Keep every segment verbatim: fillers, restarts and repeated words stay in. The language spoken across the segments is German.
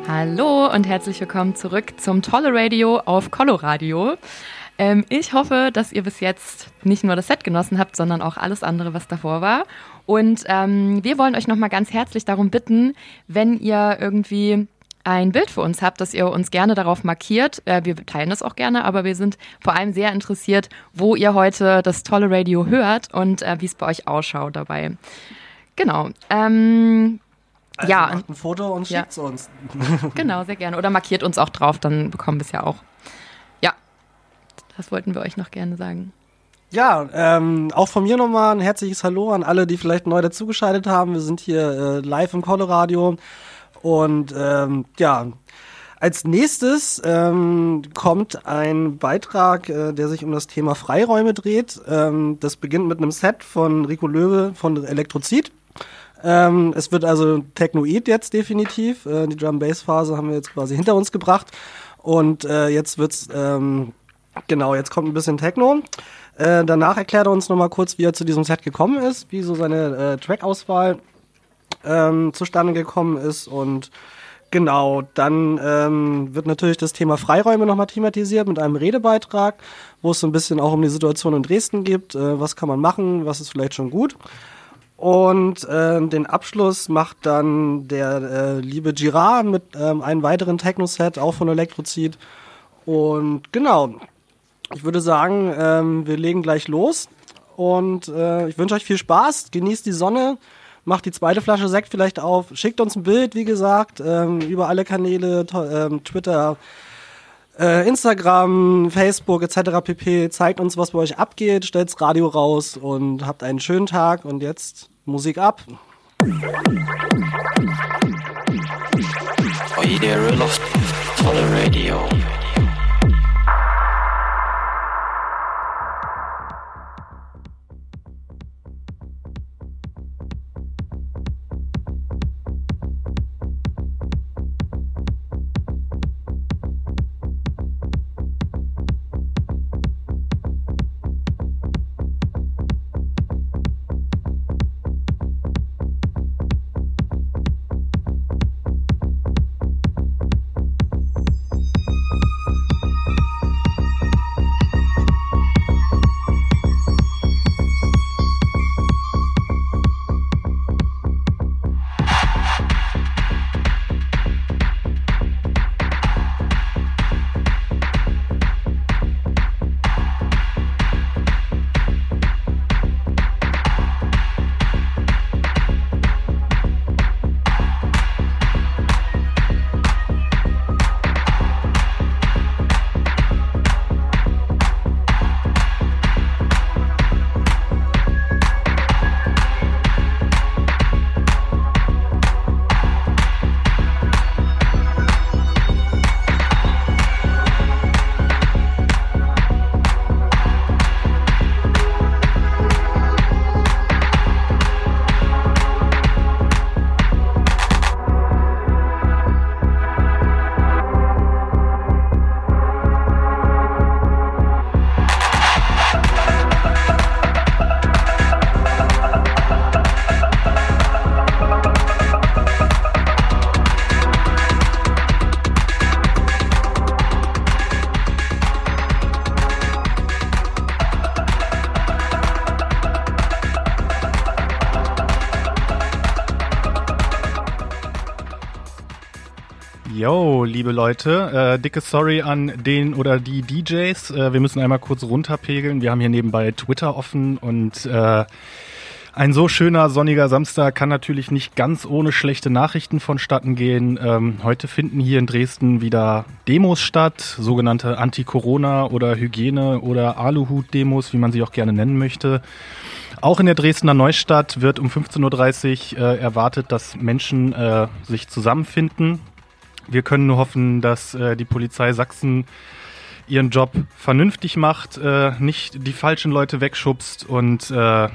Hallo und herzlich willkommen zurück zum Toleradio auf Coloradio. Ähm, ich hoffe, dass ihr bis jetzt nicht nur das Set genossen habt, sondern auch alles andere, was davor war. Und ähm, wir wollen euch nochmal ganz herzlich darum bitten, wenn ihr irgendwie ein Bild für uns habt, dass ihr uns gerne darauf markiert. Äh, wir teilen das auch gerne, aber wir sind vor allem sehr interessiert, wo ihr heute das Toleradio hört und äh, wie es bei euch ausschaut dabei. Genau. Ähm, Also ja, macht ein Foto und ja. schickt's uns. Genau, sehr gerne. Oder markiert uns auch drauf, dann bekommen wir es ja auch. Ja, das wollten wir euch noch gerne sagen. Ja, ähm, auch von mir nochmal ein herzliches Hallo an alle, die vielleicht neu dazugeschaltet haben. Wir sind hier äh, live im Coloradio. Und ähm, ja, als nächstes ähm, kommt ein Beitrag, äh, der sich um das Thema Freiräume dreht. Ähm, das beginnt mit einem Set von Rico Löwe von Elektrozid. Ähm, es wird also Technoid jetzt definitiv. Äh, die Drum-Bass-Phase haben wir jetzt quasi hinter uns gebracht. Und äh, jetzt wird's, ähm, genau, jetzt kommt ein bisschen Techno. Äh, danach erklärt er uns nochmal kurz, wie er zu diesem Set gekommen ist, wie so seine äh, Track-Auswahl ähm, zustande gekommen ist. Und genau, dann ähm, wird natürlich das Thema Freiräume nochmal thematisiert mit einem Redebeitrag, wo es so ein bisschen auch um die Situation in Dresden geht. Äh, was kann man machen, was ist vielleicht schon gut. Und äh, den Abschluss macht dann der äh, liebe Girard mit ähm, einem weiteren Techno-Set, auch von Elektrozid. Und genau, ich würde sagen, ähm, wir legen gleich los. Und äh, ich wünsche euch viel Spaß, genießt die Sonne, macht die zweite Flasche Sekt vielleicht auf, schickt uns ein Bild, wie gesagt, ähm, über alle Kanäle, to- ähm, Twitter, Äh, Instagram, Facebook et cetera pp. Zeigt uns, was bei euch abgeht, stellt's Radio raus und habt einen schönen Tag. Und jetzt Musik ab. Are you the real of Toleradio? Yo, liebe Leute, äh, dicke Sorry an den oder die D Js. Äh, wir müssen einmal kurz runterpegeln. Wir haben hier nebenbei Twitter offen und äh, ein so schöner sonniger Samstag kann natürlich nicht ganz ohne schlechte Nachrichten vonstatten gehen. Ähm, heute finden hier in Dresden wieder Demos statt, sogenannte Anti-Corona- oder Hygiene- oder Aluhut-Demos, wie man sie auch gerne nennen möchte. Auch in der Dresdner Neustadt wird um fünfzehn Uhr dreißig äh, erwartet, dass Menschen äh, sich zusammenfinden. Wir können nur hoffen, dass äh, die Polizei Sachsen ihren Job vernünftig macht, äh, nicht die falschen Leute wegschubst und äh,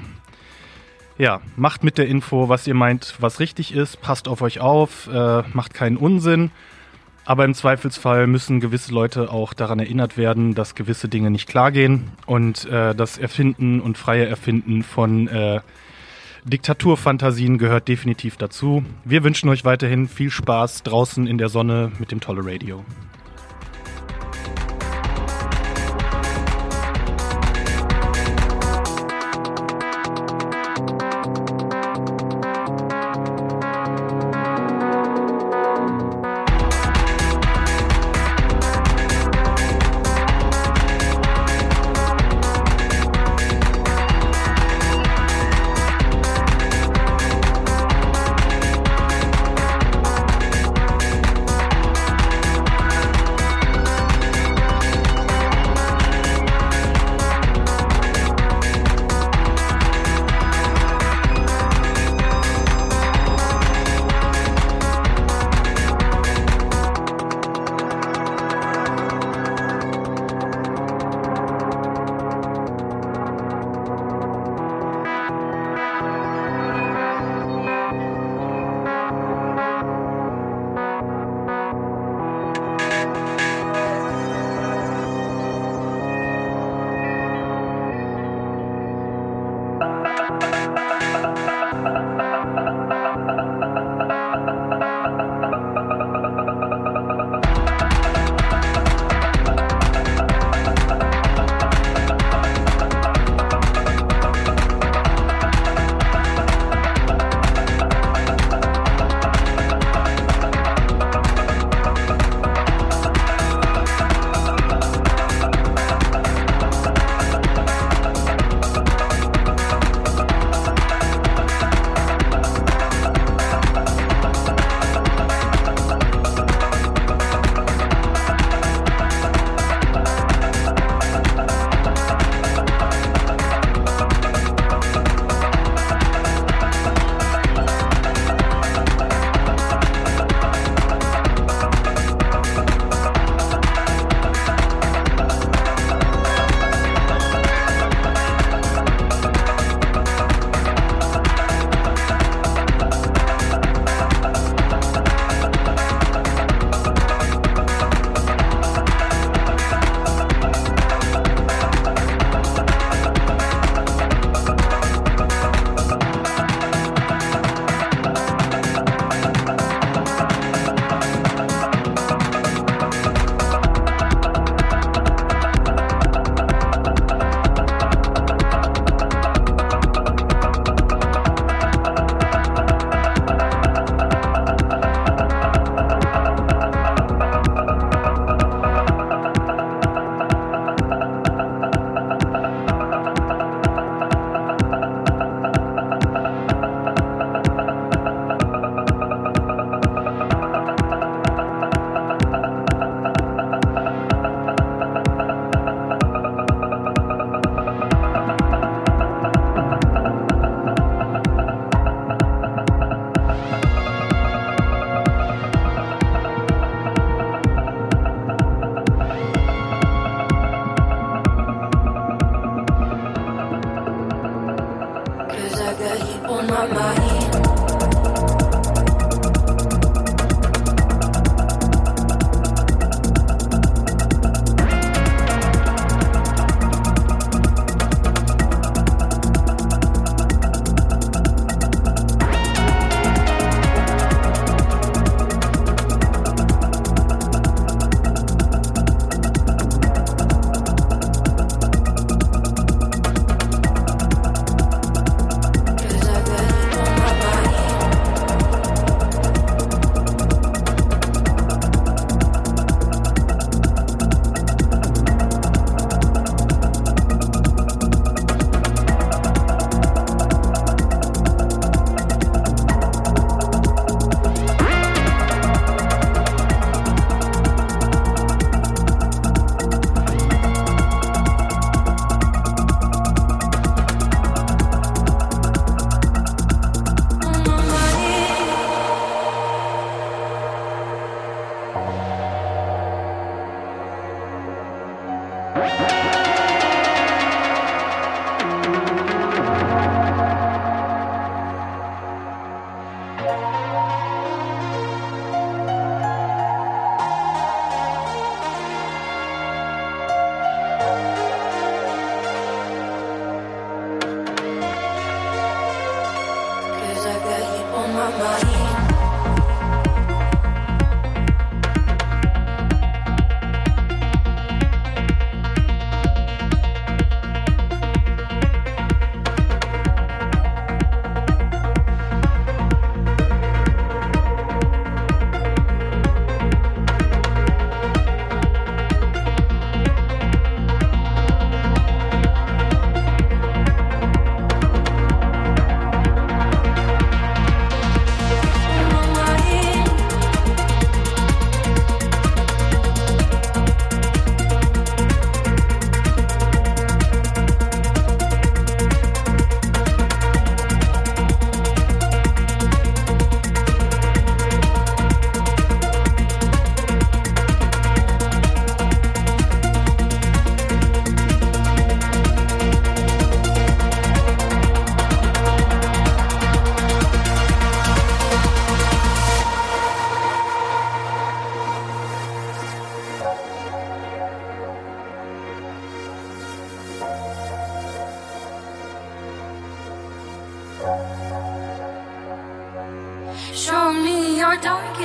ja, macht mit der Info, was ihr meint, was richtig ist, passt auf euch auf, äh, macht keinen Unsinn. Aber im Zweifelsfall müssen gewisse Leute auch daran erinnert werden, dass gewisse Dinge nicht klar gehen und äh, das Erfinden und freie Erfinden von äh, Diktaturfantasien gehört definitiv dazu. Wir wünschen euch weiterhin viel Spaß draußen in der Sonne mit dem Tolle Radio.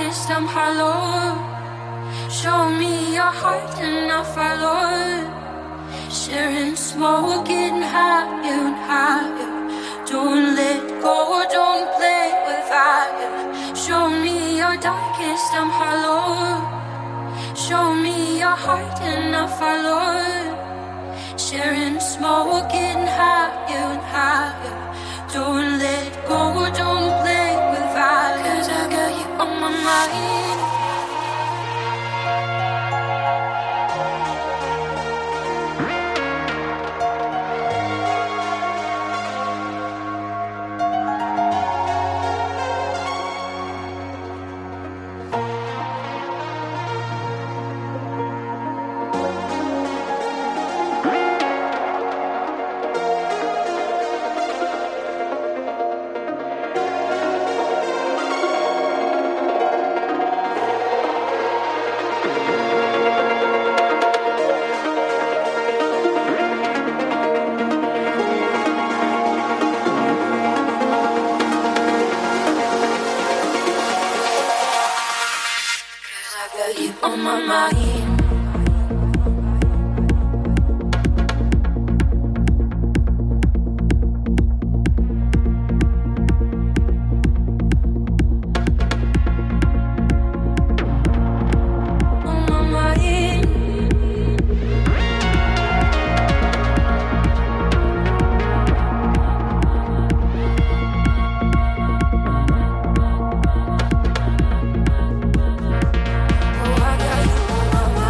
darkest, I'm hollow. Show me your heart and I'll follow. Sharing smoke, getting higher and higher. Don't let go, don't play with fire. Show me your darkest, I'm hollow. Show me your heart and I'll follow. Sharing smoke, getting higher and higher. Don't let go, don't play with fire. Cause I got you on my mind. On my mind. Oh, I got you on my mind.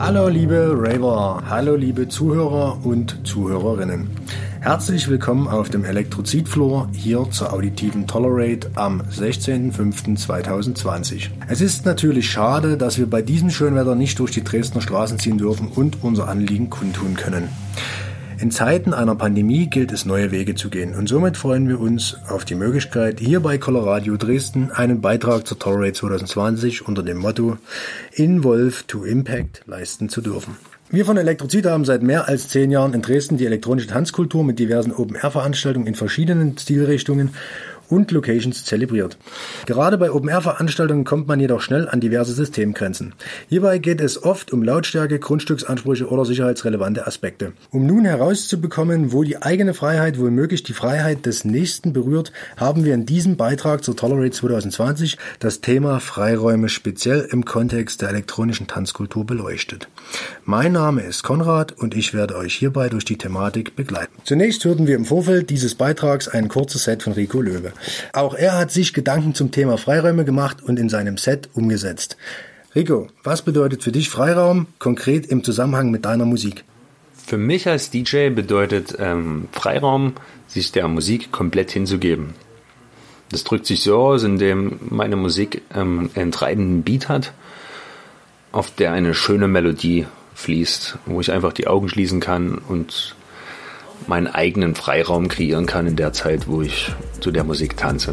Hallo liebe Raver, hallo liebe Zuhörer und Zuhörerinnen. Herzlich willkommen auf dem Elektrozid-Floor hier zur auditiven Tolerate am sechzehnten fünften zweitausendzwanzig. Es ist natürlich schade, dass wir bei diesem Schönwetter nicht durch die Dresdner Straßen ziehen dürfen und unser Anliegen kundtun können. In Zeiten einer Pandemie gilt es, neue Wege zu gehen und somit freuen wir uns auf die Möglichkeit, hier bei Coloradio Dresden einen Beitrag zur Tolerate zweitausendzwanzig unter dem Motto Involve to Impact leisten zu dürfen. Wir von Elektrozid haben seit mehr als zehn Jahren in Dresden die elektronische Tanzkultur mit diversen Open-Air-Veranstaltungen in verschiedenen Stilrichtungen und Locations zelebriert. Gerade bei Open-Air-Veranstaltungen kommt man jedoch schnell an diverse Systemgrenzen. Hierbei geht es oft um Lautstärke, Grundstücksansprüche oder sicherheitsrelevante Aspekte. Um nun herauszubekommen, wo die eigene Freiheit womöglich die Freiheit des Nächsten berührt, haben wir in diesem Beitrag zur Tolerate zweitausendzwanzig das Thema Freiräume speziell im Kontext der elektronischen Tanzkultur beleuchtet. Mein Name ist Konrad und ich werde euch hierbei durch die Thematik begleiten. Zunächst hörten wir im Vorfeld dieses Beitrags ein kurzes Set von Rico Löwe. Auch er hat sich Gedanken zum Thema Freiräume gemacht und in seinem Set umgesetzt. Rico, was bedeutet für dich Freiraum konkret im Zusammenhang mit deiner Musik? Für mich als D J bedeutet ähm, Freiraum, sich der Musik komplett hinzugeben. Das drückt sich so aus, indem meine Musik ähm, einen treibenden Beat hat, auf der eine schöne Melodie fließt, wo ich einfach die Augen schließen kann und meinen eigenen Freiraum kreieren kann in der Zeit, wo ich zu der Musik tanze.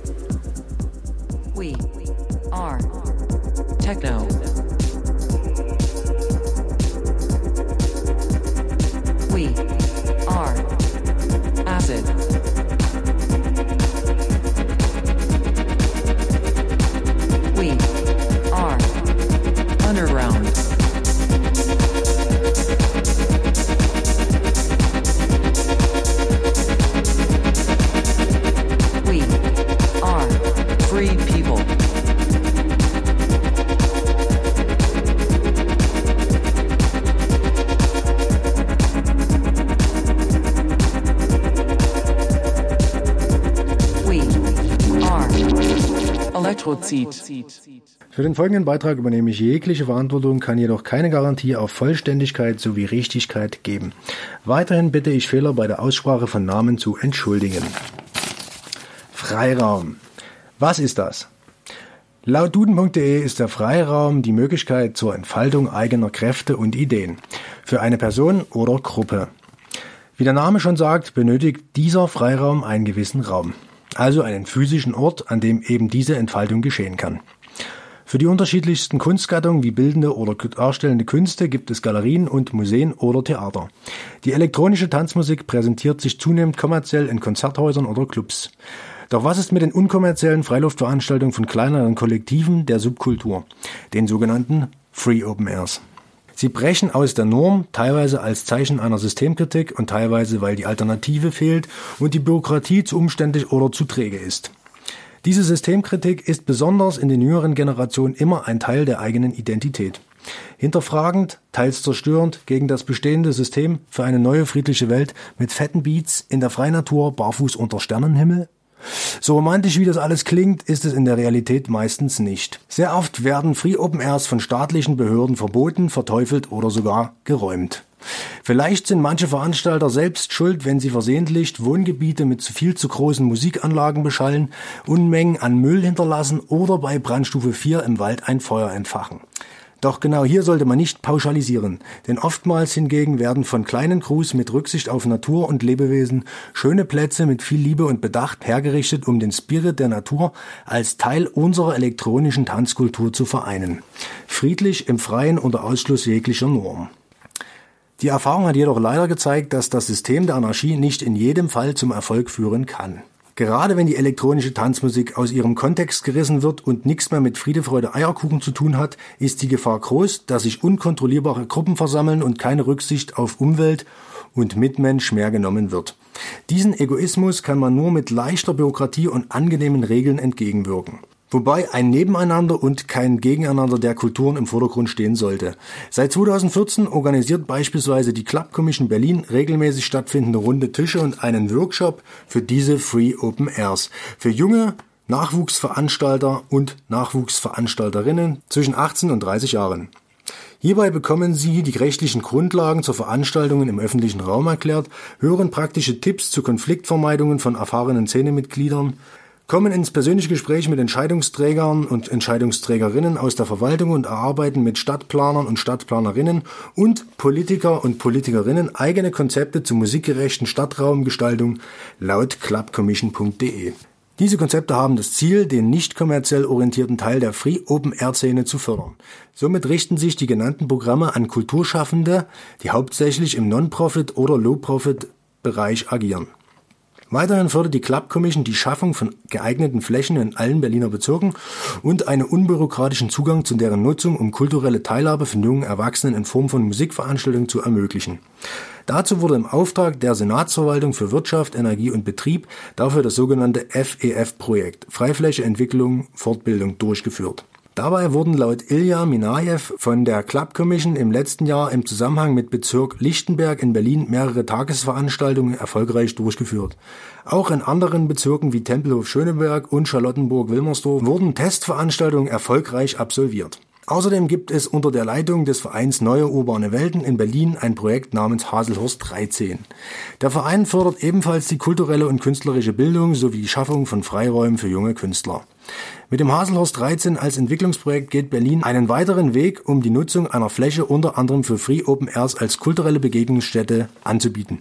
We are Techno. We are Acid. We are Underground. We are free people. We are Elektrozid. Für den folgenden Beitrag übernehme ich jegliche Verantwortung, kann jedoch keine Garantie auf Vollständigkeit sowie Richtigkeit geben. Weiterhin bitte ich Fehler bei der Aussprache von Namen zu entschuldigen. Freiraum. Was ist das? Laut duden punkt de ist der Freiraum die Möglichkeit zur Entfaltung eigener Kräfte und Ideen für eine Person oder Gruppe. Wie der Name schon sagt, benötigt dieser Freiraum einen gewissen Raum, also einen physischen Ort, an dem eben diese Entfaltung geschehen kann. Für die unterschiedlichsten Kunstgattungen wie bildende oder darstellende Künste gibt es Galerien und Museen oder Theater. Die elektronische Tanzmusik präsentiert sich zunehmend kommerziell in Konzerthäusern oder Clubs. Doch was ist mit den unkommerziellen Freiluftveranstaltungen von kleineren Kollektiven der Subkultur, den sogenannten Free Open Airs? Sie brechen aus der Norm, teilweise als Zeichen einer Systemkritik und teilweise, weil die Alternative fehlt und die Bürokratie zu umständlich oder zu träge ist. Diese Systemkritik ist besonders in den jüngeren Generationen immer ein Teil der eigenen Identität. Hinterfragend, teils zerstörend gegen das bestehende System für eine neue friedliche Welt mit fetten Beats in der freien Natur barfuß unter Sternenhimmel? So romantisch wie das alles klingt, ist es in der Realität meistens nicht. Sehr oft werden Free Open Airs von staatlichen Behörden verboten, verteufelt oder sogar geräumt. Vielleicht sind manche Veranstalter selbst schuld, wenn sie versehentlich Wohngebiete mit zu viel zu großen Musikanlagen beschallen, Unmengen an Müll hinterlassen oder bei Brandstufe vier im Wald ein Feuer entfachen. Doch genau hier sollte man nicht pauschalisieren, denn oftmals hingegen werden von kleinen Crews mit Rücksicht auf Natur und Lebewesen schöne Plätze mit viel Liebe und Bedacht hergerichtet, um den Spirit der Natur als Teil unserer elektronischen Tanzkultur zu vereinen. Friedlich im Freien unter Ausschluss jeglicher Norm. Die Erfahrung hat jedoch leider gezeigt, dass das System der Anarchie nicht in jedem Fall zum Erfolg führen kann. Gerade wenn die elektronische Tanzmusik aus ihrem Kontext gerissen wird und nichts mehr mit Friede, Freude, Eierkuchen zu tun hat, ist die Gefahr groß, dass sich unkontrollierbare Gruppen versammeln und keine Rücksicht auf Umwelt und Mitmensch mehr genommen wird. Diesen Egoismus kann man nur mit leichter Bürokratie und angenehmen Regeln entgegenwirken. Wobei ein Nebeneinander und kein Gegeneinander der Kulturen im Vordergrund stehen sollte. Seit zweitausendvierzehn organisiert beispielsweise die Club Commission Berlin regelmäßig stattfindende runde Tische und einen Workshop für diese Free Open Airs. Für junge Nachwuchsveranstalter und Nachwuchsveranstalterinnen zwischen achtzehn und dreißig Jahren. Hierbei bekommen Sie die rechtlichen Grundlagen zur Veranstaltungen im öffentlichen Raum erklärt, hören praktische Tipps zu Konfliktvermeidungen von erfahrenen Szenemitgliedern, kommen ins persönliche Gespräch mit Entscheidungsträgern und Entscheidungsträgerinnen aus der Verwaltung und erarbeiten mit Stadtplanern und Stadtplanerinnen und Politiker und Politikerinnen eigene Konzepte zur musikgerechten Stadtraumgestaltung laut club commission punkt de. Diese Konzepte haben das Ziel, den nicht kommerziell orientierten Teil der Free-Open-Air-Szene zu fördern. Somit richten sich die genannten Programme an Kulturschaffende, die hauptsächlich im Non-Profit- oder Low-Profit-Bereich agieren. Weiterhin fördert die Club Commission die Schaffung von geeigneten Flächen in allen Berliner Bezirken und einen unbürokratischen Zugang zu deren Nutzung, um kulturelle Teilhabe von jungen Erwachsenen in Form von Musikveranstaltungen zu ermöglichen. Dazu wurde im Auftrag der Senatsverwaltung für Wirtschaft, Energie und Betrieb dafür das sogenannte F E F-Projekt Freifläche, Entwicklung, Fortbildung durchgeführt. Dabei wurden laut Ilja Minajew von der Club Commission im letzten Jahr im Zusammenhang mit Bezirk Lichtenberg in Berlin mehrere Tagesveranstaltungen erfolgreich durchgeführt. Auch in anderen Bezirken wie Tempelhof-Schöneberg und Charlottenburg-Wilmersdorf wurden Testveranstaltungen erfolgreich absolviert. Außerdem gibt es unter der Leitung des Vereins Neue Urbane Welten in Berlin ein Projekt namens Haselhorst dreizehn. Der Verein fördert ebenfalls die kulturelle und künstlerische Bildung sowie die Schaffung von Freiräumen für junge Künstler. Mit dem Haselhorst dreizehn als Entwicklungsprojekt geht Berlin einen weiteren Weg, um die Nutzung einer Fläche unter anderem für Free Open Airs als kulturelle Begegnungsstätte anzubieten.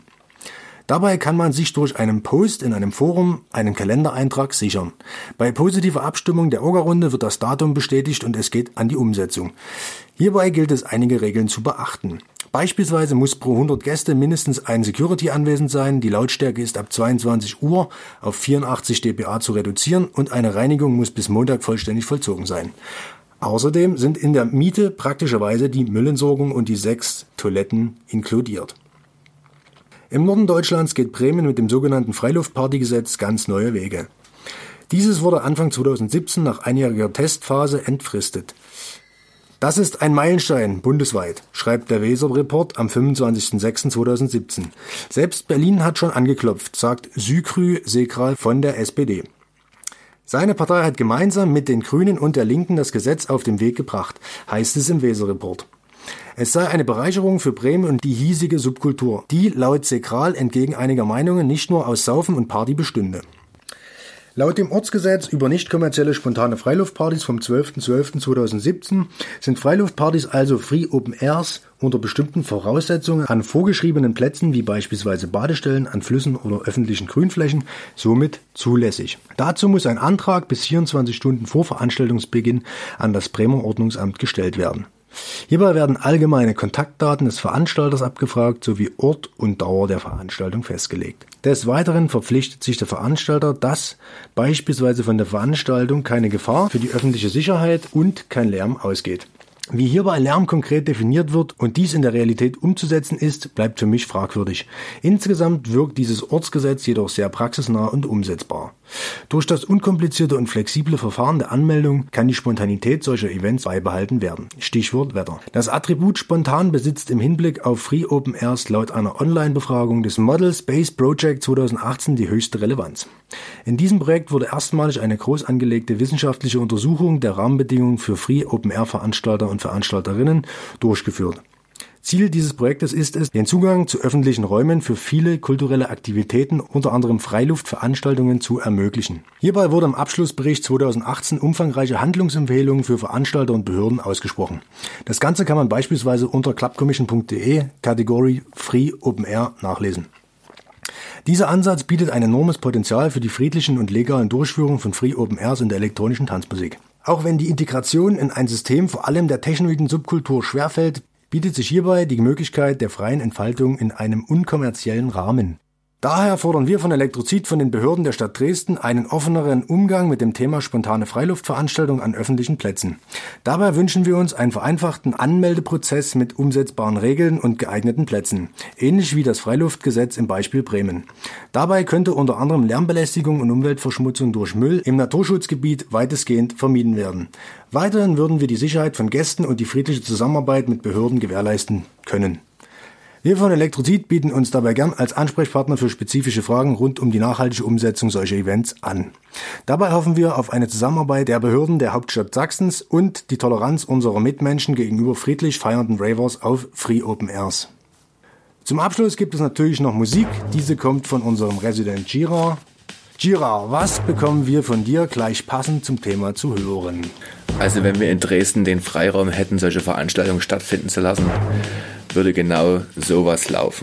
Dabei kann man sich durch einen Post in einem Forum einen Kalendereintrag sichern. Bei positiver Abstimmung der Orga-Runde wird das Datum bestätigt und es geht an die Umsetzung. Hierbei gilt es, einige Regeln zu beachten. Beispielsweise muss pro hundert Gäste mindestens ein Security anwesend sein, die Lautstärke ist ab zweiundzwanzig Uhr auf vierundachtzig Dezibel zu reduzieren und eine Reinigung muss bis Montag vollständig vollzogen sein. Außerdem sind in der Miete praktischerweise die Müllentsorgung und die sechs Toiletten inkludiert. Im Norden Deutschlands geht Bremen mit dem sogenannten Freiluftpartygesetz ganz neue Wege. Dieses wurde Anfang zweitausendsiebzehn nach einjähriger Testphase entfristet. Das ist ein Meilenstein bundesweit, schreibt der Weser-Report am fünfundzwanzigsten sechsten zweitausendsiebzehn. Selbst Berlin hat schon angeklopft, sagt Sükrü Sekral von der S P D. Seine Partei hat gemeinsam mit den Grünen und der Linken das Gesetz auf den Weg gebracht, heißt es im Weser-Report. Es sei eine Bereicherung für Bremen und die hiesige Subkultur, die laut Sekral entgegen einiger Meinungen nicht nur aus Saufen und Party bestünde. Laut dem Ortsgesetz über nicht kommerzielle spontane Freiluftpartys vom zwölften zwölften zweitausendsiebzehn sind Freiluftpartys also Free Open Airs unter bestimmten Voraussetzungen an vorgeschriebenen Plätzen wie beispielsweise Badestellen, an Flüssen oder öffentlichen Grünflächen somit zulässig. Dazu muss ein Antrag bis vierundzwanzig Stunden vor Veranstaltungsbeginn an das Bremer Ordnungsamt gestellt werden. Hierbei werden allgemeine Kontaktdaten des Veranstalters abgefragt sowie Ort und Dauer der Veranstaltung festgelegt. Des Weiteren verpflichtet sich der Veranstalter, dass beispielsweise von der Veranstaltung keine Gefahr für die öffentliche Sicherheit und kein Lärm ausgeht. Wie hierbei Lärm konkret definiert wird und dies in der Realität umzusetzen ist, bleibt für mich fragwürdig. Insgesamt wirkt dieses Ortsgesetz jedoch sehr praxisnah und umsetzbar. Durch das unkomplizierte und flexible Verfahren der Anmeldung kann die Spontanität solcher Events beibehalten werden. Stichwort Wetter. Das Attribut spontan besitzt im Hinblick auf Free Open Airs laut einer Online-Befragung des Model Space Project zweitausendachtzehn die höchste Relevanz. In diesem Projekt wurde erstmalig eine groß angelegte wissenschaftliche Untersuchung der Rahmenbedingungen für Free Open Air Veranstalter und Veranstalterinnen durchgeführt. Ziel dieses Projektes ist es, den Zugang zu öffentlichen Räumen für viele kulturelle Aktivitäten, unter anderem Freiluftveranstaltungen, zu ermöglichen. Hierbei wurde im Abschlussbericht zweitausendachtzehn umfangreiche Handlungsempfehlungen für Veranstalter und Behörden ausgesprochen. Das Ganze kann man beispielsweise unter club commission punkt de Kategorie Free Open Air nachlesen. Dieser Ansatz bietet ein enormes Potenzial für die friedlichen und legalen Durchführung von Free Open Airs in der elektronischen Tanzmusik. Auch wenn die Integration in ein System vor allem der technoiden Subkultur schwerfällt, bietet sich hierbei die Möglichkeit der freien Entfaltung in einem unkommerziellen Rahmen. Daher fordern wir von Elektrozid von den Behörden der Stadt Dresden einen offeneren Umgang mit dem Thema spontane Freiluftveranstaltungen an öffentlichen Plätzen. Dabei wünschen wir uns einen vereinfachten Anmeldeprozess mit umsetzbaren Regeln und geeigneten Plätzen, ähnlich wie das Freiluftgesetz im Beispiel Bremen. Dabei könnte unter anderem Lärmbelästigung und Umweltverschmutzung durch Müll im Naturschutzgebiet weitestgehend vermieden werden. Weiterhin würden wir die Sicherheit von Gästen und die friedliche Zusammenarbeit mit Behörden gewährleisten können. Wir von Elektrozid bieten uns dabei gern als Ansprechpartner für spezifische Fragen rund um die nachhaltige Umsetzung solcher Events an. Dabei hoffen wir auf eine Zusammenarbeit der Behörden der Hauptstadt Sachsens und die Toleranz unserer Mitmenschen gegenüber friedlich feiernden Ravers auf Free Open Airs. Zum Abschluss gibt es natürlich noch Musik. Diese kommt von unserem Resident Gira. Gira, was bekommen wir von dir gleich passend zum Thema zu hören? Also wenn wir in Dresden den Freiraum hätten, solche Veranstaltungen stattfinden zu lassen, würde genau sowas laufen.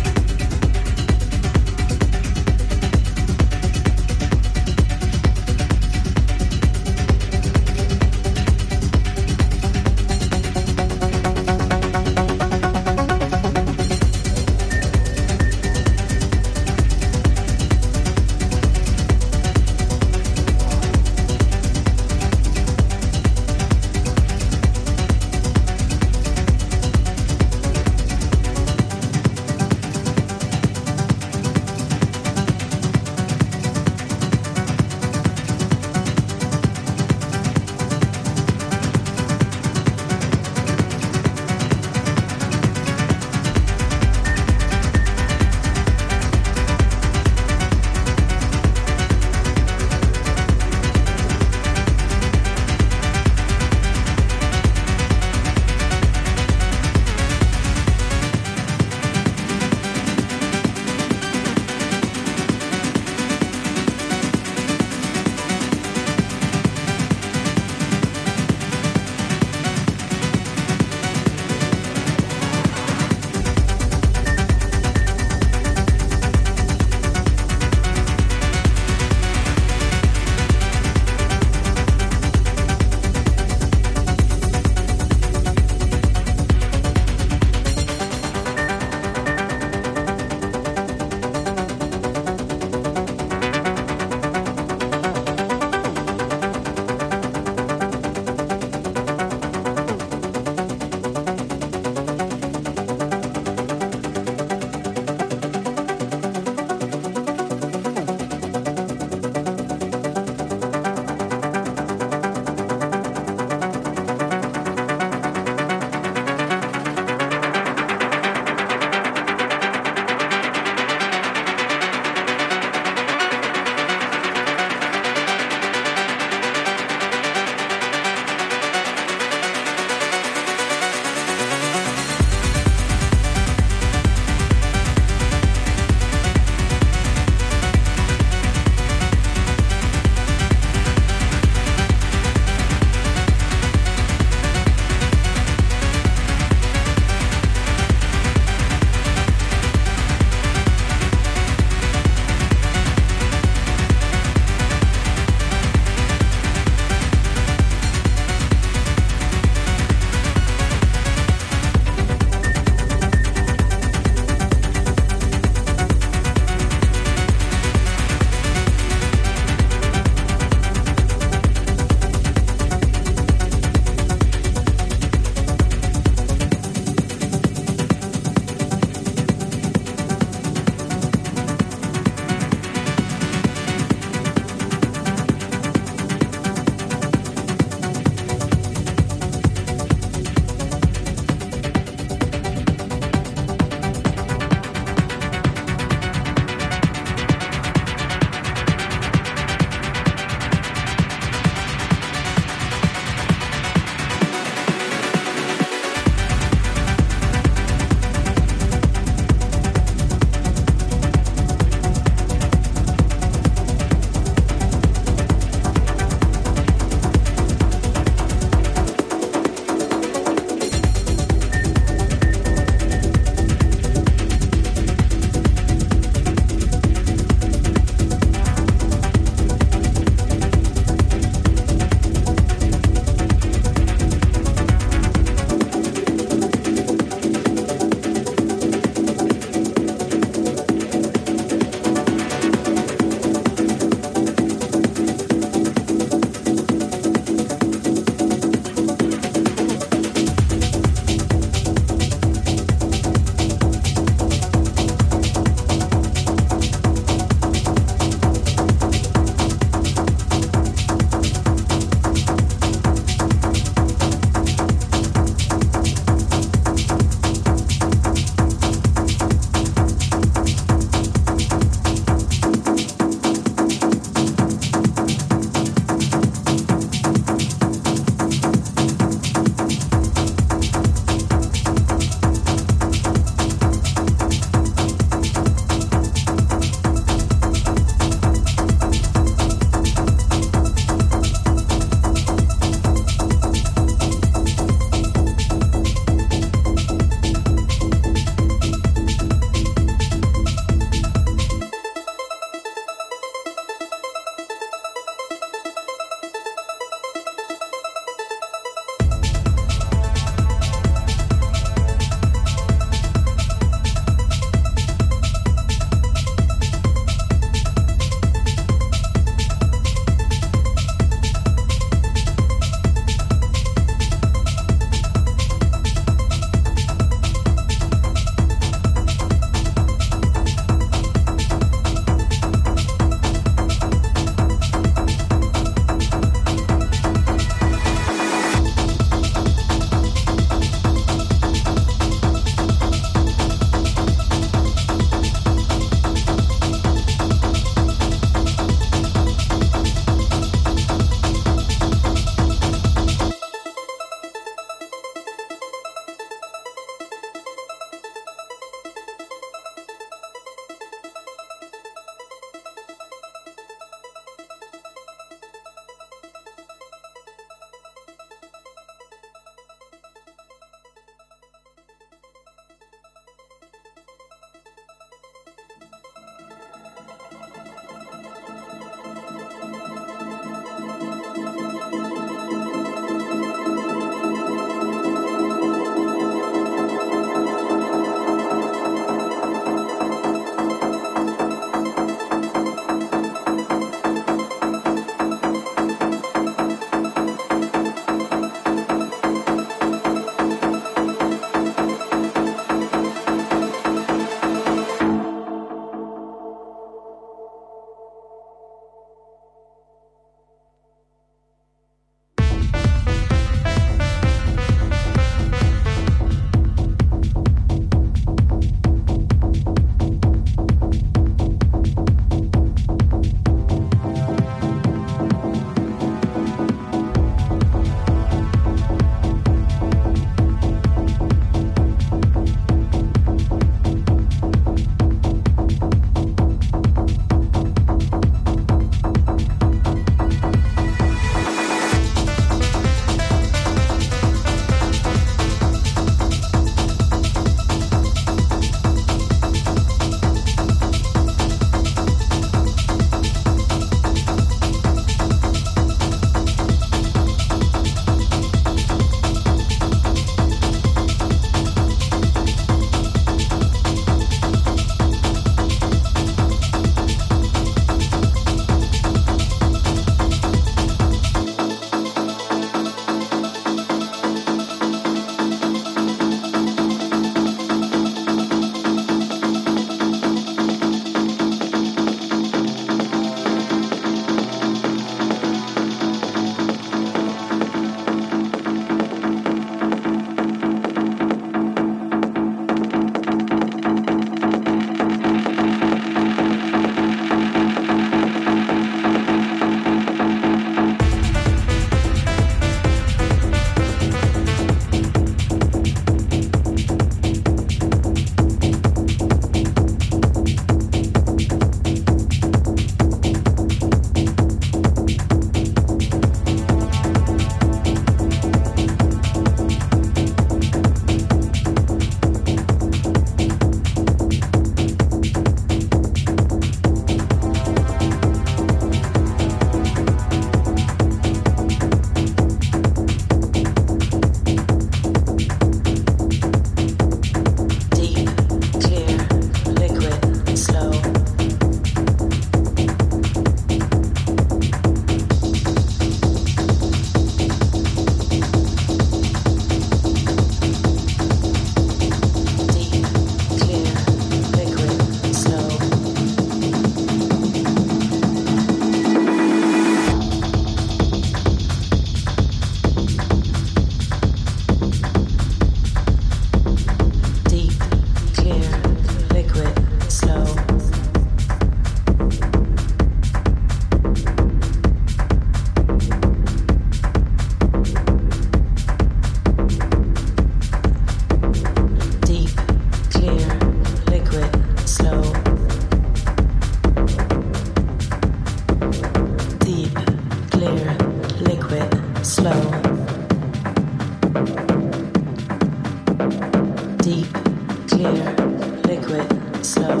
clear, liquid, slow.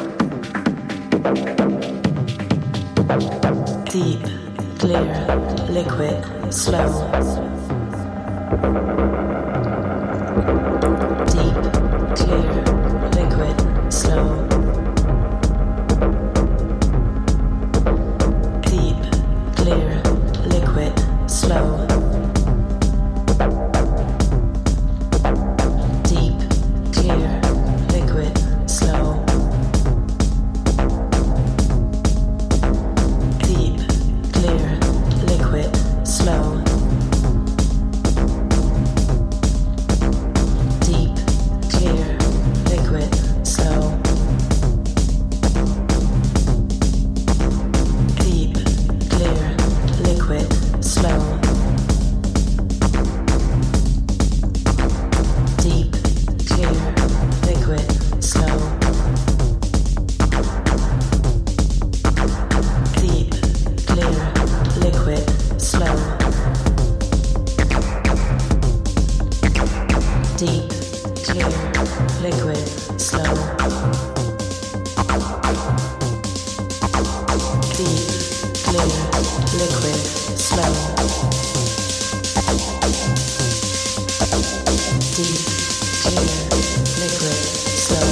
Deep, clear, liquid, slow. Deep, clear, liquid, slow. Deep, clear, liquid, slow. Deep, clear, liquid, slow. Deep, clear, liquid, slow. Deep, clear, liquid, slow. Deep, clear, liquid, slow. Deep, clear, liquid, slow. Deep, clear, liquid, slow. Deep, clear, liquid, slow. Deep, clear, liquid, slow. Deep, clear, liquid, slow.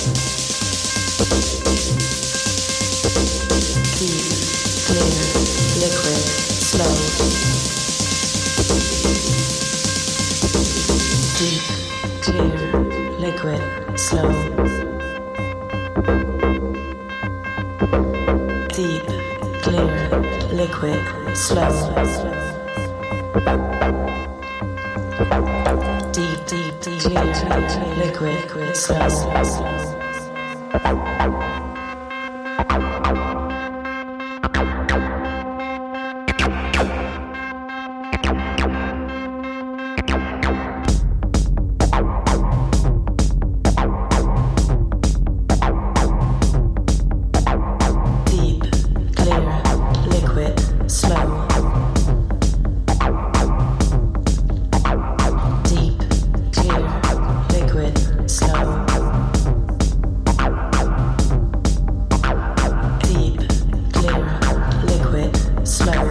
Deep, clear, liquid, slow. Deep, clear, liquid, slow. Deep, clear, liquid, slow. Deep, deep, deep, clear, liquid, slow. Deep, clear, liquid, slow. Deep, clear, liquid, slow. Deep, clear, liquid, slow.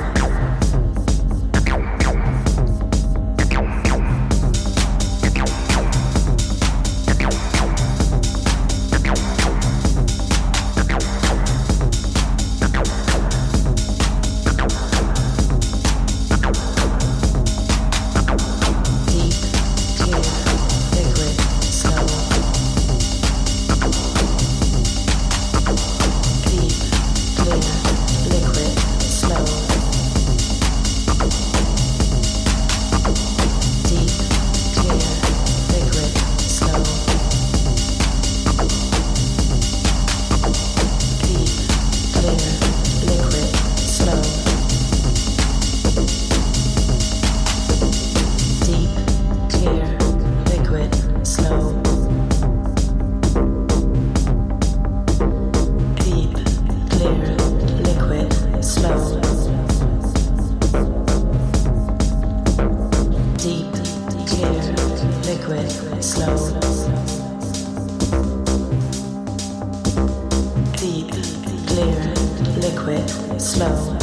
Deep, clear, liquid, slow. Deep, clear, liquid, slow. Deep, clear, liquid, slow. Deep, clear, liquid, slow. Deep, clear, liquid, slow. Deep, clear, liquid, slow. Deep, clear, liquid, slow. Deep, clear, liquid, slow.